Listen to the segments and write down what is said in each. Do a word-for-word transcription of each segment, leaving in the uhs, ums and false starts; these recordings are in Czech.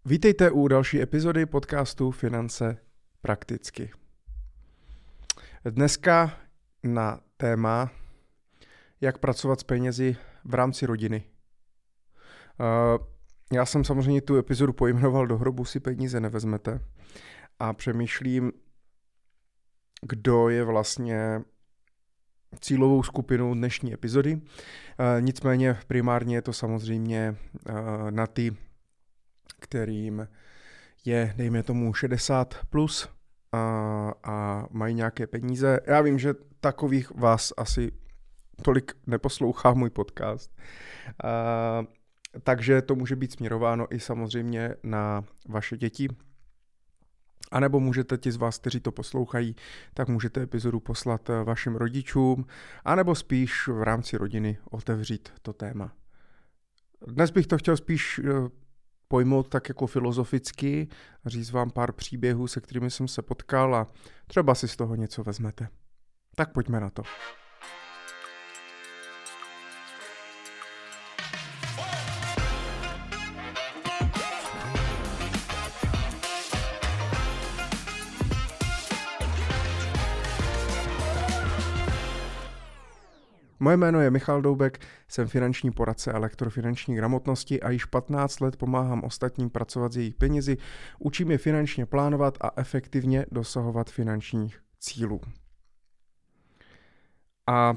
Vítejte u další epizody podcastu Finance prakticky. Dneska na téma, jak pracovat s penězi v rámci rodiny. Já jsem samozřejmě tu epizodu pojmenoval Do hrobu si peníze nevezmete a přemýšlím, kdo je vlastně cílovou skupinou dnešní epizody. Nicméně primárně je to samozřejmě na ty, kterým je, dejme tomu, šedesát plus a, a mají nějaké peníze. Já vím, že takových vás asi tolik neposlouchá můj podcast. A, takže to může být směrováno i samozřejmě na vaše děti. A nebo můžete ti z vás, kteří to poslouchají, tak můžete epizodu poslat vašim rodičům, anebo spíš v rámci rodiny otevřít to téma. Dnes bych to chtěl spíš pojmout tak jako filozoficky, říct vám pár příběhů, se kterými jsem se potkal a třeba si z toho něco vezmete. Tak pojďme na to. Moje jméno je Michal Doubek, jsem finanční poradce a lektor finanční gramotnosti a již patnáct let pomáhám ostatním pracovat s jejich penězi, učím je finančně plánovat a efektivně dosahovat finančních cílů. A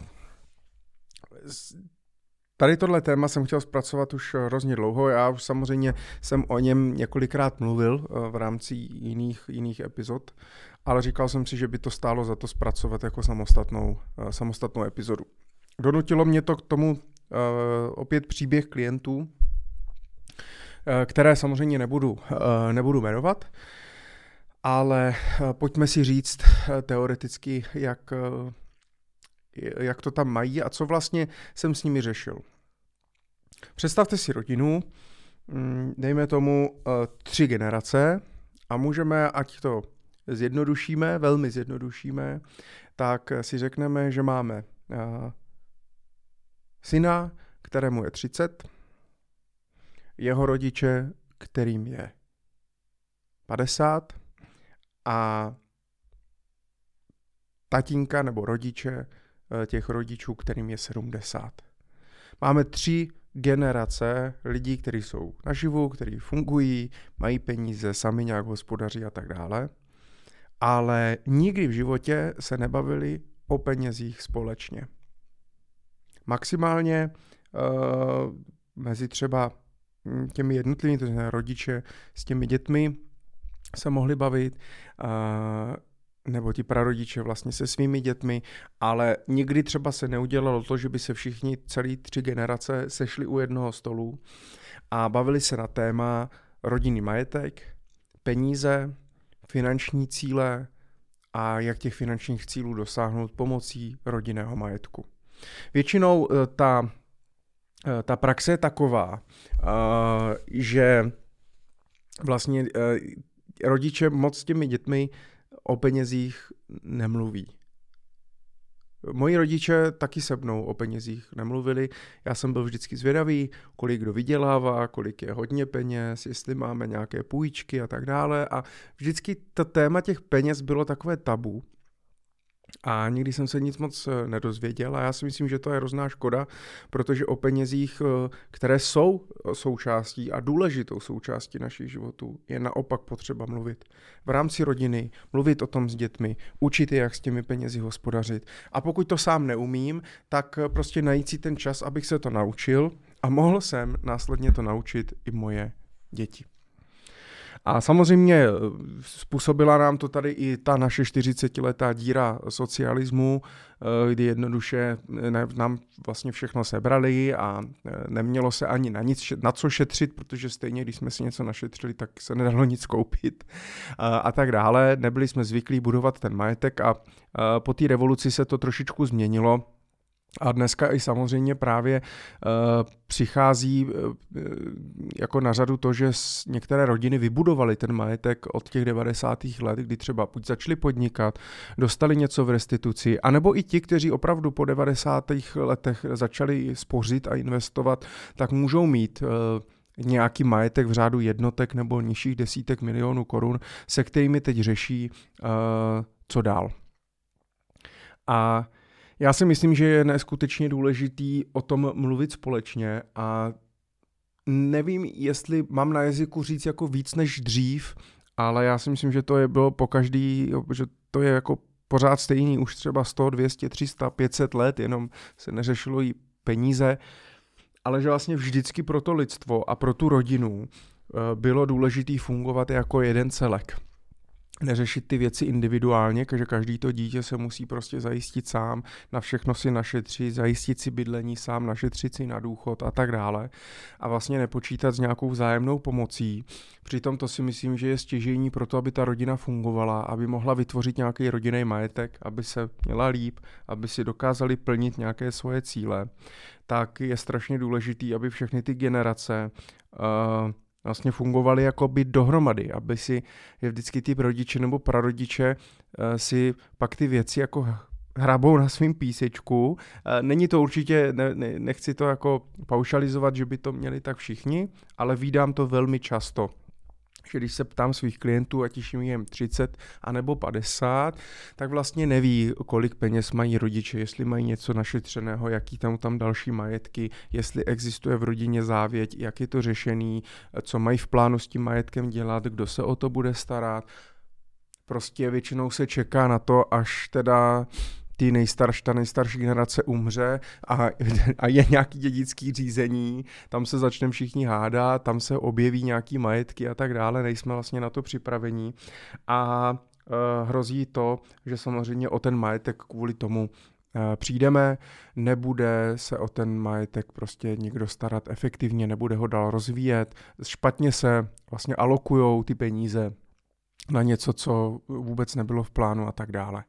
tady tohle téma jsem chtěl zpracovat už hrozně dlouho, já už samozřejmě jsem o něm několikrát mluvil v rámci jiných, jiných epizod, ale říkal jsem si, že by to stálo za to zpracovat jako samostatnou, samostatnou epizodu. Donutilo mě to k tomu uh, opět příběh klientů, uh, které samozřejmě nebudu, uh, nebudu jmenovat, ale uh, pojďme si říct uh, teoreticky, jak, uh, jak to tam mají a co vlastně jsem s nimi řešil. Představte si rodinu, um, dejme tomu uh, tři generace a můžeme, ať to zjednodušíme, velmi zjednodušíme, tak si řekneme, že máme uh, syna, kterému je třicet, jeho rodiče, kterým je padesát a tatínka nebo rodiče těch rodičů, kterým je sedmdesát. Máme tři generace lidí, kteří jsou naživu, kteří fungují, mají peníze, sami nějak hospodaří a tak dále, ale nikdy v životě se nebavili o penězích společně. Maximálně uh, mezi třeba těmi jednotlivými, to znamená rodiče s těmi dětmi se mohli bavit, uh, nebo ti prarodiče vlastně se svými dětmi, ale nikdy třeba se neudělalo to, že by se všichni, celý tři generace sešli u jednoho stolu a bavili se na téma rodinný majetek, peníze, finanční cíle a jak těch finančních cílů dosáhnout pomocí rodinného majetku. Většinou ta, ta praxe je taková, že vlastně rodiče moc s těmi dětmi o penězích nemluví. Moji rodiče taky se mnou o penězích nemluvili. Já jsem byl vždycky zvědavý, kolik kdo vydělává, kolik je hodně peněz, jestli máme nějaké půjčky a tak dále. A vždycky to téma těch peněz bylo takové tabu. A nikdy jsem se nic moc nedozvěděl a já si myslím, že to je hrozná škoda, protože o penězích, které jsou součástí a důležitou součástí našich životů, je naopak potřeba mluvit. V rámci rodiny, mluvit o tom s dětmi, učit je, jak s těmi penězi hospodařit. A pokud to sám neumím, tak prostě najít si ten čas, abych se to naučil a mohl jsem následně to naučit i moje děti. A samozřejmě způsobila nám to tady i ta naše čtyřicetiletá díra socialismu, kdy jednoduše nám vlastně všechno sebrali a nemělo se ani na nic, na co šetřit, protože stejně, když jsme si něco našetřili, tak se nedalo nic koupit a, a tak dále. Nebyli jsme zvyklí budovat ten majetek a po té revoluci se to trošičku změnilo. A dneska i samozřejmě právě uh, přichází uh, jako na řadu to, že některé rodiny vybudovaly ten majetek od těch devadesátých let, kdy třeba buď začali podnikat, dostali něco v restituci, anebo i ti, kteří opravdu po devadesátých letech začali spořit a investovat, tak můžou mít uh, nějaký majetek v řádu jednotek nebo nižších desítek milionů korun, se kterými teď řeší, uh, co dál. A já si myslím, že je neskutečně důležitý o tom mluvit společně a nevím, jestli mám na jazyku říct jako víc než dřív, ale já si myslím, že to je bylo po každý, že to je jako pořád stejný, už třeba sto, dvě stě, tři sta, pět set let, jenom se neřešilo jí peníze, ale že vlastně vždycky pro to lidstvo a pro tu rodinu bylo důležité fungovat jako jeden celek. Neřešit ty věci individuálně, že každý to dítě se musí prostě zajistit sám, na všechno si našetřit, zajistit si bydlení sám, našetřit si na důchod a tak dále. A vlastně nepočítat s nějakou vzájemnou pomocí. Přitom to si myslím, že je stěžejní pro to, aby ta rodina fungovala, aby mohla vytvořit nějaký rodinný majetek, aby se měla líp, aby si dokázali plnit nějaké svoje cíle. Tak je strašně důležitý, aby všechny ty generace uh, vlastně fungovali jako by dohromady, aby si je vždycky ty rodiče nebo prarodiče uh, si pak ty věci jako hrabou na svým písečku. Uh, není to určitě, ne, ne, nechci to jako paušalizovat, že by to měli tak všichni, ale vídám to velmi často. Že když se ptám svých klientů, ať už jim je třicet anebo padesát, tak vlastně neví, kolik peněz mají rodiče, jestli mají něco našetřeného, jaký tam tam další majetky, jestli existuje v rodině závěť, jak je to řešený, co mají v plánu s tím majetkem dělat, kdo se o to bude starat. Prostě většinou se čeká na to, až teda ty nejstarší, ta nejstarší generace umře a, a je nějaký dědický řízení, tam se začneme všichni hádat, tam se objeví nějaký majetky a tak dále, nejsme vlastně na to připravení a uh, hrozí to, že samozřejmě o ten majetek kvůli tomu uh, přijdeme, nebude se o ten majetek prostě nikdo starat efektivně, nebude ho dál rozvíjet, špatně se vlastně alokujou ty peníze na něco, co vůbec nebylo v plánu a tak dále.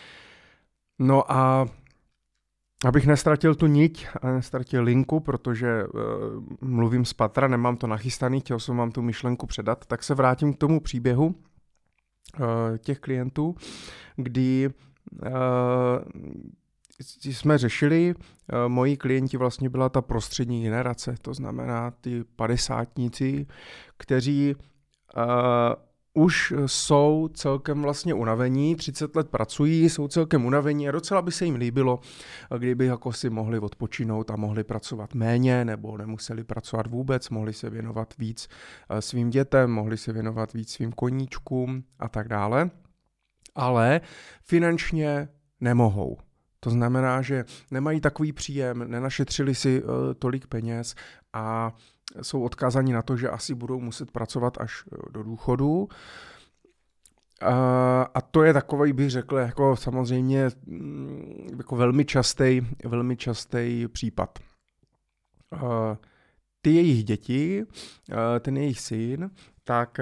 No a abych nestratil tu niť a nestratil linku, protože uh, mluvím z patra, nemám to nachystaný, chtěl jsem vám tu myšlenku předat, tak se vrátím k tomu příběhu uh, těch klientů, kdy uh, jsme řešili, uh, moji klienti vlastně byla ta prostřední generace, to znamená ty padesátníci, kteří uh, už jsou celkem vlastně unavení, třicet let pracují, jsou celkem unavení a docela by se jim líbilo, kdyby jako si mohli odpočinout a mohli pracovat méně nebo nemuseli pracovat vůbec, mohli se věnovat víc svým dětem, mohli se věnovat víc svým koníčkům a tak dále, ale finančně nemohou. To znamená, že nemají takový příjem, nenašetřili si uh, tolik peněz a jsou odkázáni na to, že asi budou muset pracovat až do důchodu. A, a to je takový, bych řekl, jako samozřejmě jako velmi častý, velmi častý případ. A ty jejich děti, ten jejich syn, tak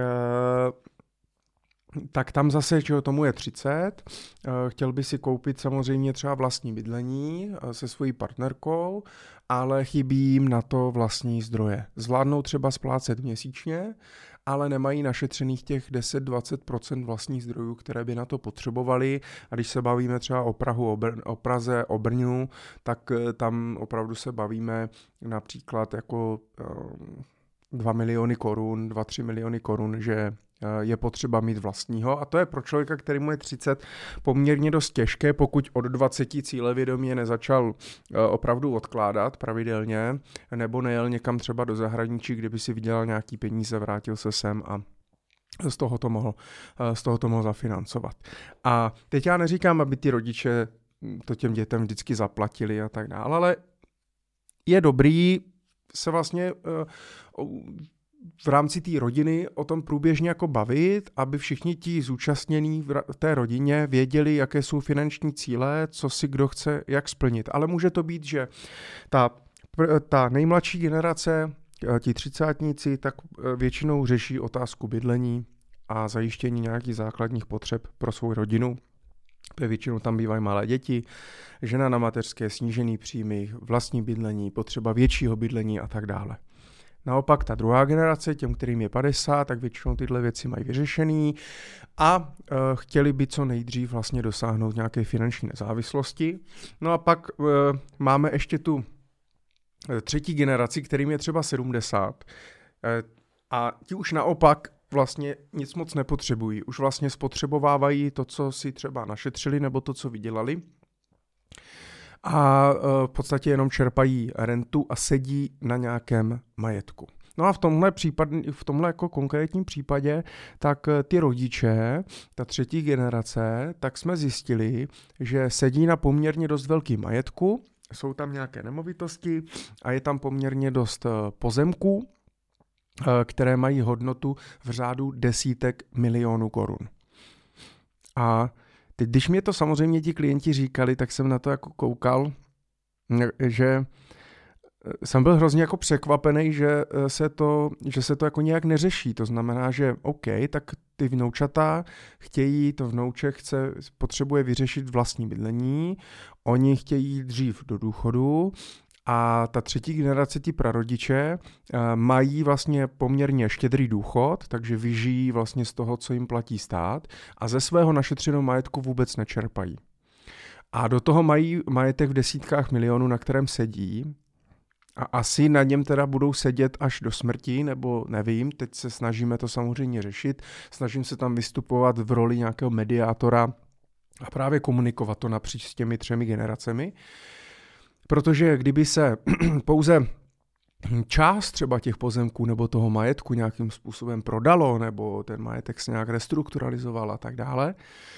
tak tam zase, čeho tomu je třicet, chtěl by si koupit samozřejmě třeba vlastní bydlení se svojí partnerkou, ale chybí jim na to vlastní zdroje. Zvládnou třeba splácet měsíčně, ale nemají našetřených těch deset až dvacet procent vlastních zdrojů, které by na to potřebovali. A když se bavíme třeba o Prahu, o, Br- o Praze, o Brnu, tak tam opravdu se bavíme například jako dva miliony korun, dva, tři miliony korun, že je potřeba mít vlastního a to je pro člověka, který mu je třicet, poměrně dost těžké, pokud od dvaceti cílevědomě nezačal opravdu odkládat pravidelně, nebo nejel někam třeba do zahraničí, kde by si vydělal nějaký peníze, vrátil se sem a z toho to mohl, z toho to mohl zafinancovat. A teď já neříkám, aby ty rodiče to těm dětem vždycky zaplatili a tak dále, ale je dobrý se vlastně v rámci té rodiny o tom průběžně jako bavit, aby všichni ti zúčastnění v té rodině věděli, jaké jsou finanční cíle, co si kdo chce jak splnit. Ale může to být, že ta, ta nejmladší generace, ti třicátníci, tak většinou řeší otázku bydlení a zajištění nějakých základních potřeb pro svou rodinu. Většinou tam bývají malé děti, žena na mateřské, snížený příjmy, vlastní bydlení, potřeba většího bydlení a tak dále. Naopak ta druhá generace, těm, kterým je padesát, tak většinou tyhle věci mají vyřešený a e, chtěli by co nejdřív vlastně dosáhnout nějaké finanční nezávislosti. No a pak e, máme ještě tu třetí generaci, kterým je třeba sedmdesát. A ti už naopak vlastně nic moc nepotřebují. Už vlastně spotřebovávají to, co si třeba našetřili, nebo to, co vydělali. A v podstatě jenom čerpají rentu a sedí na nějakém majetku. No a v tomhle, případ, v tomhle jako konkrétním případě, tak ty rodiče, ta třetí generace, tak jsme zjistili, že sedí na poměrně dost velký majetku, jsou tam nějaké nemovitosti a je tam poměrně dost pozemků, které mají hodnotu v řádu desítek milionů korun. A teď, když mě to samozřejmě ti klienti říkali, tak jsem na to jako koukal, že jsem byl hrozně jako překvapený, že se to, že se to jako nějak neřeší. To znamená, že OK, tak ty vnoučata chtějí, to vnouče chce, potřebuje vyřešit vlastní bydlení, oni chtějí jít dřív do důchodu a ta třetí generace, ti prarodiče, mají vlastně poměrně štědrý důchod, takže vyžijí vlastně z toho, co jim platí stát a ze svého našetřeného majetku vůbec nečerpají. A do toho mají majetek v desítkách milionů, na kterém sedí, a asi na něm teda budou sedět až do smrti, nebo nevím, teď se snažíme to samozřejmě řešit, snažím se tam vystupovat v roli nějakého mediátora a právě komunikovat to napříč s těmi třemi generacemi, protože kdyby se pouze část třeba těch pozemků nebo toho majetku nějakým způsobem prodalo, nebo ten majetek se nějak restrukturalizoval a tak dále,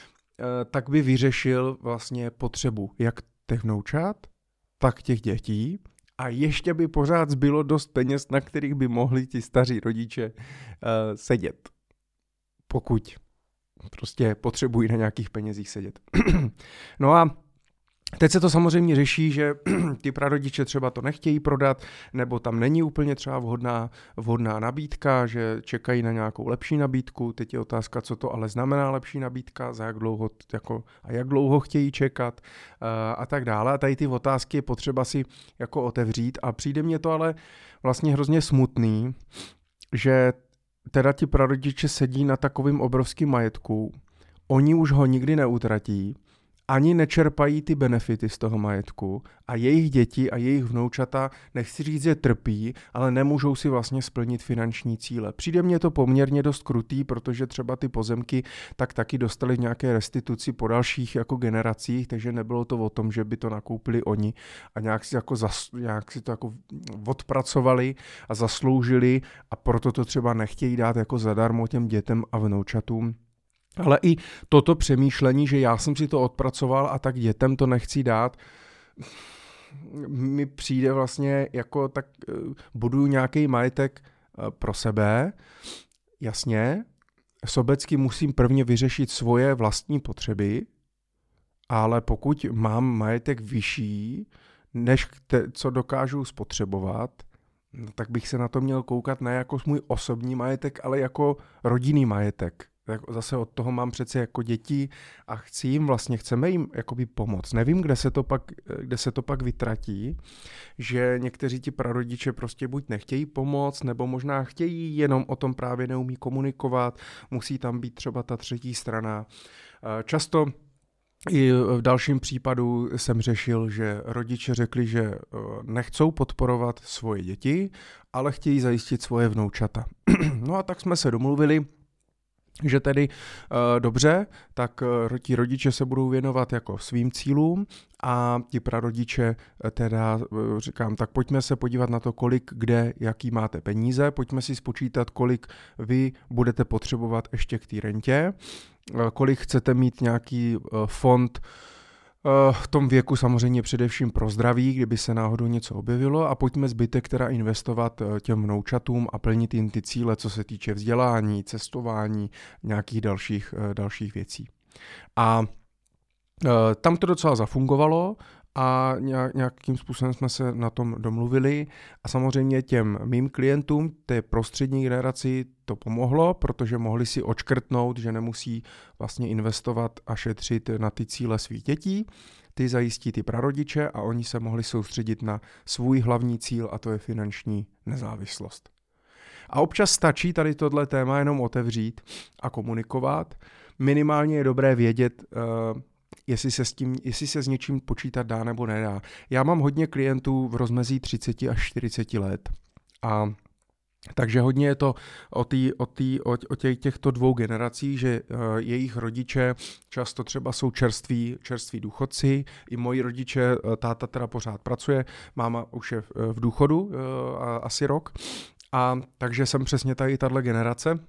tak by vyřešil vlastně potřebu jak těch vnoučat, tak těch dětí, a ještě by pořád zbylo dost peněz, na kterých by mohli ti staří rodiče uh, sedět. Pokud prostě potřebují na nějakých penězích sedět. No a teď se to samozřejmě řeší, že ti prarodiče třeba to nechtějí prodat, nebo tam není úplně třeba vhodná, vhodná nabídka, že čekají na nějakou lepší nabídku. Teď je otázka, co to ale znamená lepší nabídka, za jak dlouho, jako, a jak dlouho chtějí čekat uh, a tak dále. A tady ty otázky je potřeba si jako otevřít a přijde mně to ale vlastně hrozně smutný, že teda ti prarodiče sedí na takovým obrovským majetku, oni už ho nikdy neutratí, ani nečerpají ty benefity z toho majetku a jejich děti a jejich vnoučata, nechci říct, že trpí, ale nemůžou si vlastně splnit finanční cíle. Přijde mně to poměrně dost krutý, protože třeba ty pozemky tak taky dostali v nějaké restituci po dalších jako generacích, takže nebylo to o tom, že by to nakoupili oni a nějak si, jako zas, nějak si to jako odpracovali a zasloužili a proto to třeba nechtějí dát jako zadarmo těm dětem a vnoučatům. Ale i toto přemýšlení, že já jsem si to odpracoval a tak dětem to nechci dát, mi přijde vlastně jako tak buduju nějaký majetek pro sebe, jasně, sobecky musím prvně vyřešit svoje vlastní potřeby, ale pokud mám majetek vyšší, než te, co dokážu spotřebovat, no, tak bych se na to měl koukat ne jako můj osobní majetek, ale jako rodinný majetek. Tak zase od toho mám přece jako děti a chci jim vlastně, chceme jim jakoby pomoct. Nevím, kde se to pak, kde se to pak vytratí, že někteří ti prarodiče prostě buď nechtějí pomoct, nebo možná chtějí, jenom o tom právě neumí komunikovat, musí tam být třeba ta třetí strana. Často i v dalším případu jsem řešil, že rodiče řekli, že nechcou podporovat svoje děti, ale chtějí zajistit svoje vnoučata. No a tak jsme se domluvili, že tedy e, dobře, tak e, ti rodiče se budou věnovat jako svým cílům a ti prarodiče e, teda e, říkám, tak pojďme se podívat na to, kolik, kde, jaký máte peníze, pojďme si spočítat, kolik vy budete potřebovat ještě k té rentě, e, kolik chcete mít nějaký e, fond v tom věku samozřejmě především pro zdraví, kdyby se náhodou něco objevilo a pojďme zbytek teda investovat těm vnoučatům a plnit jim ty cíle, co se týče vzdělání, cestování, nějakých dalších, dalších věcí. A tam to docela zafungovalo a nějakým způsobem jsme se na tom domluvili a samozřejmě těm mým klientům, té prostřední generaci to pomohlo, protože mohli si odškrtnout, že nemusí vlastně investovat a šetřit na ty cíle svých dětí, ty zajistí ty prarodiče a oni se mohli soustředit na svůj hlavní cíl a to je finanční nezávislost. A občas stačí tady tohle téma jenom otevřít a komunikovat. Minimálně je dobré vědět, uh, Jestli se, s tím, jestli se s něčím počítat dá nebo nedá. Já mám hodně klientů v rozmezí třicet až čtyřicet let a Takže hodně je to o, tý, o, tý, o, o těch, těchto dvou generacích, že uh, jejich rodiče často třeba jsou čerství, čerství důchodci, i moji rodiče, uh, táta teda pořád pracuje, máma už je v, v důchodu uh, asi rok, a takže jsem přesně tady tato generace.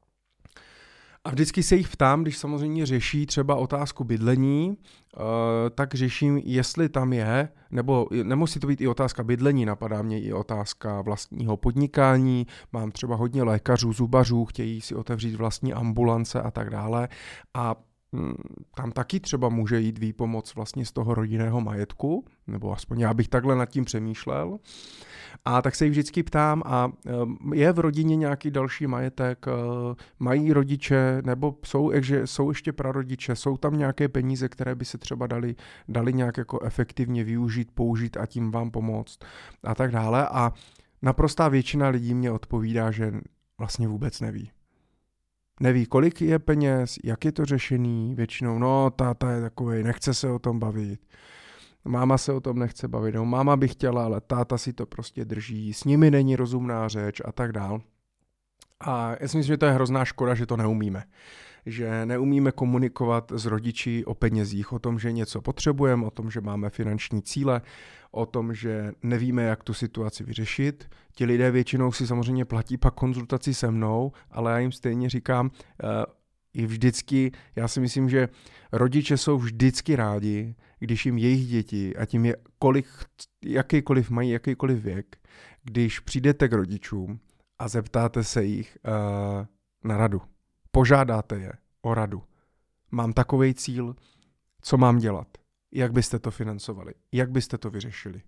A vždycky se jich ptám, když samozřejmě řeší třeba otázku bydlení, uh, tak řeším, jestli tam je, nebo nemusí to být i otázka bydlení, napadá mě i otázka vlastního podnikání, mám třeba hodně lékařů, zubařů, chtějí si otevřít vlastní ambulance a tak dále. A mm, tam taky třeba může jít výpomoc vlastně z toho rodinného majetku, nebo aspoň já bych takhle nad tím přemýšlel. A tak se jich vždycky ptám, a je v rodině nějaký další majetek, mají rodiče, nebo jsou, že jsou ještě prarodiče, jsou tam nějaké peníze, které by se třeba dali, dali nějak jako efektivně využít, použít a tím vám pomoct a tak dále. A naprostá většina lidí mě odpovídá, že vlastně vůbec neví. Neví, kolik je peněz, jak je to řešený, většinou, no táta je takovej, nechce se o tom bavit. Máma se o tom nechce bavit, no, máma by chtěla, ale táta si to prostě drží, s nimi není rozumná řeč a tak dál. A já si myslím, že to je hrozná škoda, že to neumíme. Že neumíme komunikovat s rodiči o penězích, o tom, že něco potřebujeme, o tom, že máme finanční cíle, o tom, že nevíme, jak tu situaci vyřešit. Ti lidé většinou si samozřejmě platí pak konzultaci se mnou, ale já jim stejně říkám, i vždycky, já si myslím, že rodiče jsou vždycky rádi, když jim jejich děti, ať jim je kolik, jakýkoliv mají, jakýkoliv věk, když přijdete k rodičům a zeptáte se jich uh, na radu. Požádáte je o radu. Mám takovej cíl, co mám dělat? Jak byste to financovali? Jak byste to vyřešili?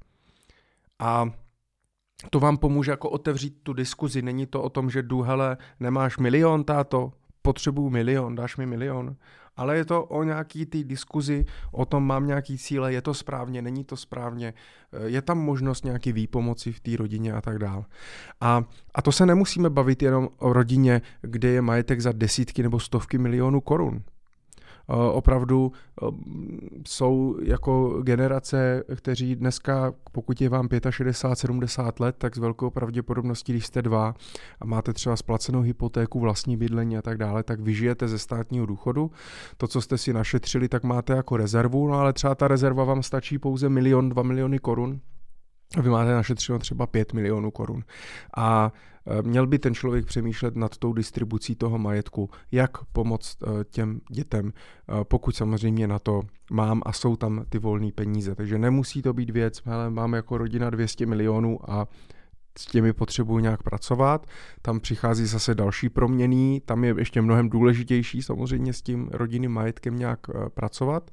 A to vám pomůže jako otevřít tu diskuzi. Není to o tom, že jdu, hele, nemáš milion, táto, potřebuju milion, dáš mi milion. Ale je to o nějaký té diskuzi, o tom mám nějaký cíle, je to správně, není to správně, je tam možnost nějaký výpomoci v té rodině a tak dále. A, a to se nemusíme bavit jenom o rodině, kde je majetek za desítky nebo stovky milionů korun. Opravdu jsou jako generace, kteří dneska, pokud je vám šedesát pět sedmdesát let, tak s velkou pravděpodobností, když jste dva a máte třeba splacenou hypotéku, vlastní bydlení a tak dále, tak vyžijete ze státního důchodu. To, co jste si našetřili, tak máte jako rezervu, no ale třeba ta rezerva vám stačí pouze milion, dva miliony korun. Vy máte našetřeno třeba pět milionů korun. A měl by ten člověk přemýšlet nad tou distribucí toho majetku, jak pomoct těm dětem, pokud samozřejmě na to mám a jsou tam ty volné peníze. Takže nemusí to být věc, hele, mám jako rodina dvě stě milionů a s těmi potřebuji nějak pracovat. Tam přichází zase další proměnný, tam je ještě mnohem důležitější samozřejmě s tím rodinným majetkem nějak pracovat,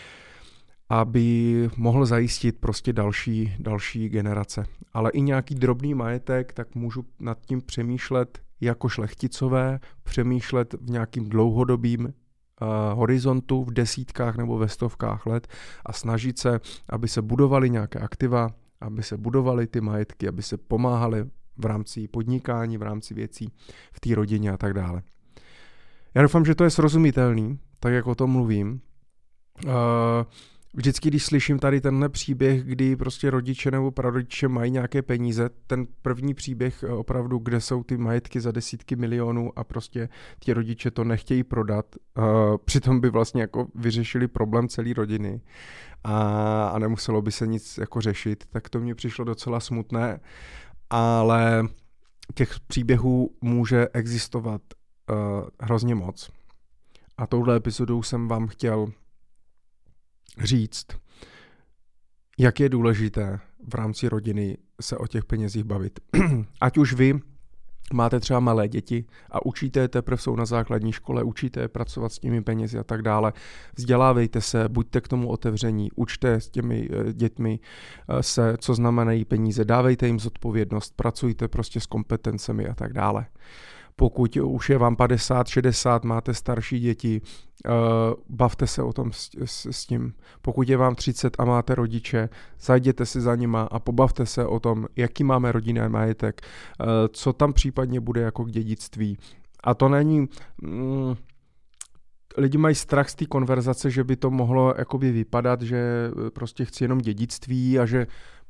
aby mohl zajistit prostě další, další generace. Ale i nějaký drobný majetek, tak můžu nad tím přemýšlet jako šlechticové, přemýšlet v nějakým dlouhodobým uh, horizontu, v desítkách nebo ve stovkách let a snažit se, aby se budovaly nějaké aktiva, aby se budovaly ty majetky, aby se pomáhaly v rámci podnikání, v rámci věcí v té rodině a tak dále. Já doufám, že to je srozumitelný, tak jak o tom mluvím. Uh, Vždycky, když slyším tady tenhle příběh, kdy prostě rodiče nebo prarodiče mají nějaké peníze, ten první příběh opravdu, kde jsou ty majetky za desítky milionů a prostě ti rodiče to nechtějí prodat, uh, přitom by vlastně jako vyřešili problém celé rodiny a, a nemuselo by se nic jako řešit, tak to mně přišlo docela smutné, ale těch příběhů může existovat uh, hrozně moc. A touhle epizodou jsem vám chtěl říct, jak je důležité v rámci rodiny se o těch penězích bavit. Ať už vy máte třeba malé děti a učíte je, teprve jsou na základní škole, učíte je pracovat s těmi penězi a tak dále. Vzdělávejte se, buďte k tomu otevření, učte s těmi dětmi se, co znamenají peníze, dávejte jim zodpovědnost, pracujte prostě s kompetencemi a tak dále. Pokud už je vám padesát, šedesát, máte starší děti, uh, bavte se o tom s, s, s tím. Pokud je vám třicet a máte rodiče, zajděte si za nima a pobavte se o tom, jaký máme rodinný majetek, uh, co tam případně bude jako k dědictví. A to není... Mm, lidi mají strach z té konverzace, že by to mohlo jakoby vypadat, že prostě chci jenom dědictví a že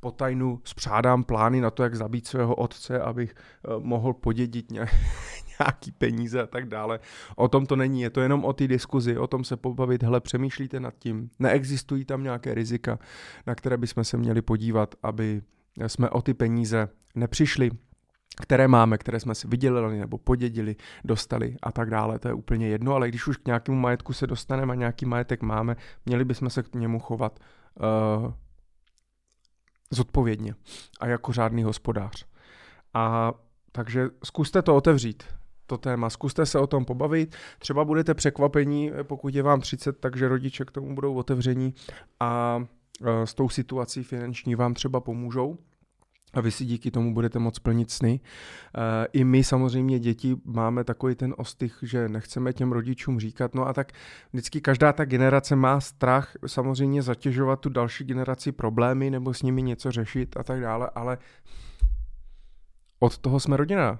potajnu spřádám plány na to, jak zabít svého otce, abych mohl podědit nějaký peníze a tak dále. O tom to není, je to jenom o té diskuzi, o tom se pobavit, hele, přemýšlíte nad tím, neexistují tam nějaké rizika, na které bychom se měli podívat, aby jsme o ty peníze nepřišli, které máme, které jsme si vydělili nebo podědili, dostali a tak dále, to je úplně jedno, ale když už k nějakému majetku se dostaneme a nějaký majetek máme, měli bychom se k němu chovat uh, zodpovědně a jako řádný hospodář. A takže zkuste to otevřít, to téma, zkuste se o tom pobavit, třeba budete překvapení, pokud je vám třicet, takže rodiče k tomu budou otevření a uh, s tou situací finanční vám třeba pomůžou. A vy si díky tomu budete moct plnit sny. E, I my samozřejmě děti máme takový ten ostych, že nechceme těm rodičům říkat. No a tak vždycky každá ta generace má strach samozřejmě zatěžovat tu další generaci problémy nebo s nimi něco řešit a tak dále, ale od toho jsme rodina.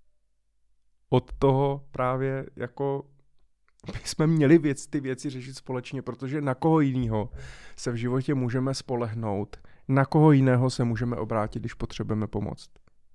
Od toho právě jako jsme měli věc, ty věci řešit společně, protože na koho jinýho se v životě můžeme spolehnout, na koho jiného se můžeme obrátit, když potřebujeme pomoct.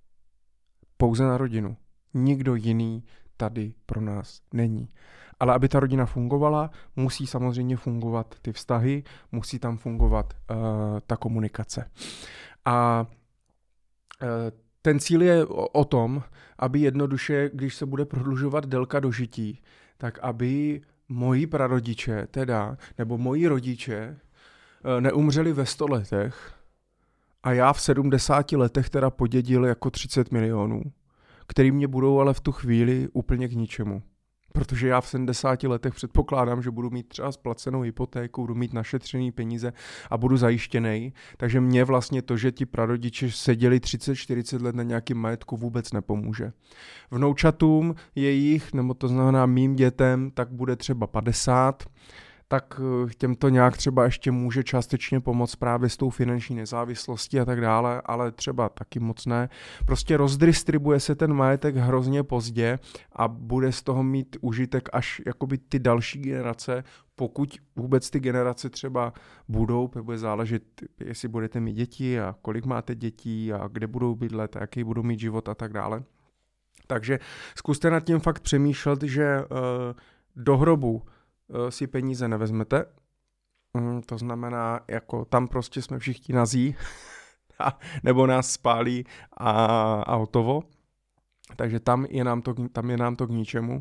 Pouze na rodinu. Nikdo jiný tady pro nás není. Ale aby ta rodina fungovala, musí samozřejmě fungovat ty vztahy, musí tam fungovat uh, ta komunikace. A uh, ten cíl je o, o tom, aby jednoduše, když se bude prodlužovat délka dožití, tak aby moji prarodiče, teda, nebo moji rodiče uh, neumřeli ve sto letech, a já v sedmdesáti letech teda podědil jako třicet milionů, který mě budou ale v tu chvíli úplně k ničemu. Protože já v sedmdesáti letech předpokládám, že budu mít třeba splacenou hypotéku, budu mít našetřený peníze a budu zajištěnej. Takže mě vlastně to, že ti prarodiče seděli třicet čtyřicet let na nějakým majetku, vůbec nepomůže. Vnoučatům jejich, nebo to znamená mým dětem, tak bude třeba padesát, tak těm to nějak třeba ještě může částečně pomoct právě s tou finanční nezávislostí a tak dále, ale třeba taky moc ne. Prostě rozdistribuje se ten majetek hrozně pozdě a bude z toho mít užitek až jakoby ty další generace, pokud vůbec ty generace třeba budou, bude záležet, jestli budete mít děti a kolik máte dětí a kde budou bydlet a jaký budou mít život a tak dále. Takže zkuste nad tím fakt přemýšlet, že uh, do hrobu si peníze nevezmete, to znamená, jako tam prostě jsme všichni nazí, nebo nás spálí a, a hotovo, takže tam je, nám to, tam je nám to k ničemu.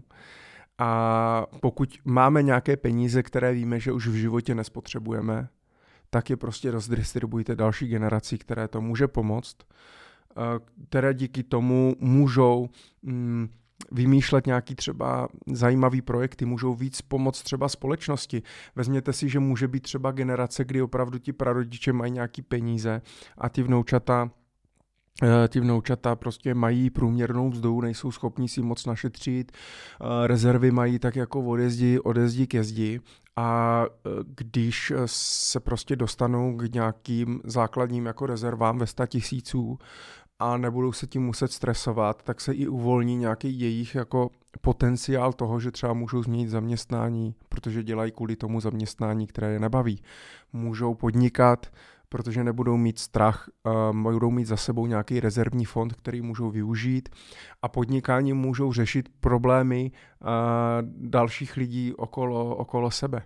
A pokud máme nějaké peníze, které víme, že už v životě nespotřebujeme, tak je prostě rozdistribujte další generaci, které to může pomoct, které díky tomu můžou mm, vymýšlet nějaký třeba zajímavý projekty, můžou víc pomoct třeba společnosti. Vezměte si, že může být třeba generace, kdy opravdu ti prarodiče mají nějaký peníze a ty vnoučata Ty vnoučata prostě mají průměrnou mzdu, nejsou schopní si moc našetřit, rezervy mají tak jako odezdi, odezdi ke zdi a když se prostě dostanou k nějakým základním jako rezervám ve sta tisíců a nebudou se tím muset stresovat, tak se i uvolní nějaký jejich jako potenciál toho, že třeba můžou změnit zaměstnání, protože dělají kvůli tomu zaměstnání, které je nebaví. Můžou podnikat, protože nebudou mít strach, uh, budou mít za sebou nějaký rezervní fond, který můžou využít a podnikání můžou řešit problémy uh, dalších lidí okolo, okolo sebe.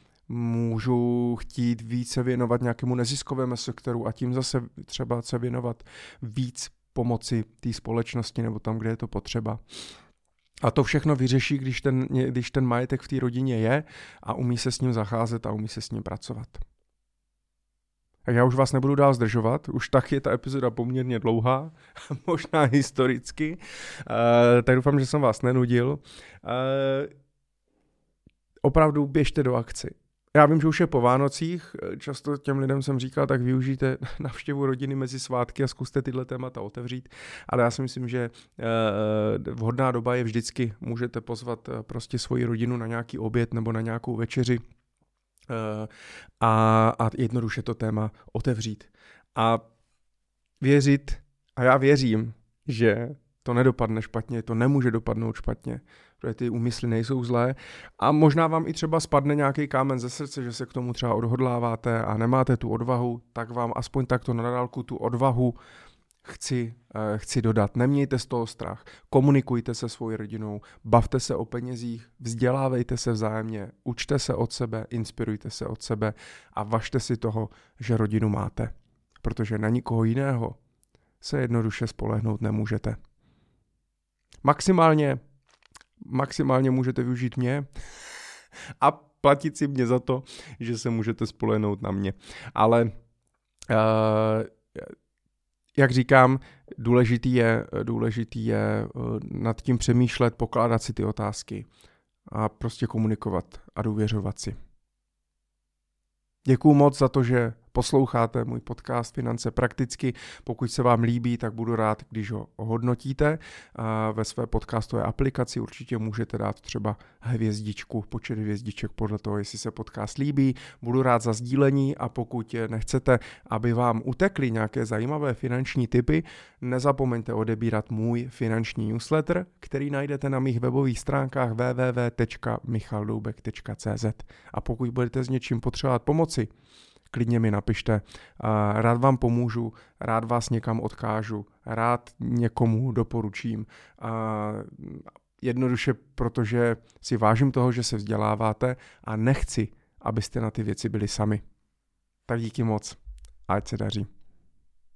Můžou chtít více věnovat nějakému neziskovému sektoru a tím zase třeba se věnovat víc pomoci té společnosti nebo tam, kde je to potřeba. A to všechno vyřeší, když ten, když ten majetek v té rodině je a umí se s ním zacházet a umí se s ním pracovat. Tak já už vás nebudu dál zdržovat, už tak je ta epizoda poměrně dlouhá, možná historicky, uh, tak doufám, že jsem vás nenudil. Uh, opravdu běžte do akci. Já vím, že už je po Vánocích, často těm lidem jsem říkal, tak využijte navštěvu rodiny mezi svátky a zkuste tyhle témata otevřít, ale já si myslím, že uh, vhodná doba je vždycky, můžete pozvat uh, prostě svoji rodinu na nějaký oběd nebo na nějakou večeři, Uh, a, a jednoduše to téma otevřít. A věřit, a já věřím, že to nedopadne špatně, to nemůže dopadnout špatně, protože ty úmysly nejsou zlé a možná vám i třeba spadne nějaký kámen ze srdce, že se k tomu třeba odhodláváte a nemáte tu odvahu, tak vám aspoň takto na dálku tu odvahu chci, eh, chci dodat. Nemějte z toho strach, komunikujte se svou rodinou, bavte se o penězích, vzdělávejte se vzájemně, učte se od sebe, inspirujte se od sebe a važte si toho, že rodinu máte, protože na nikoho jiného se jednoduše spolehnout nemůžete. Maximálně, maximálně můžete využít mě a platit si mě za to, že se můžete spolehnout na mě. Ale uh, jak říkám, důležitý je, důležitý je uh, nad tím přemýšlet, pokládat si ty otázky a prostě komunikovat a důvěřovat si. Děkuju moc za to, že posloucháte můj podcast Finance prakticky. Pokud se vám líbí, tak budu rád, když ho ohodnotíte. Ve své podcastové aplikaci určitě můžete dát třeba hvězdičku, počet hvězdiček podle toho, jestli se podcast líbí. Budu rád za sdílení a pokud nechcete, aby vám utekly nějaké zajímavé finanční tipy, nezapomeňte odebírat můj finanční newsletter, který najdete na mých webových stránkách w w w tečka michal doubek tečka c z. A pokud budete s něčím potřebovat pomoci, klidně mi napište, rád vám pomůžu, rád vás někam odkážu, rád někomu doporučím. Jednoduše, protože si vážím toho, že se vzděláváte a nechci, abyste na ty věci byli sami. Tak díky moc, ať se daří.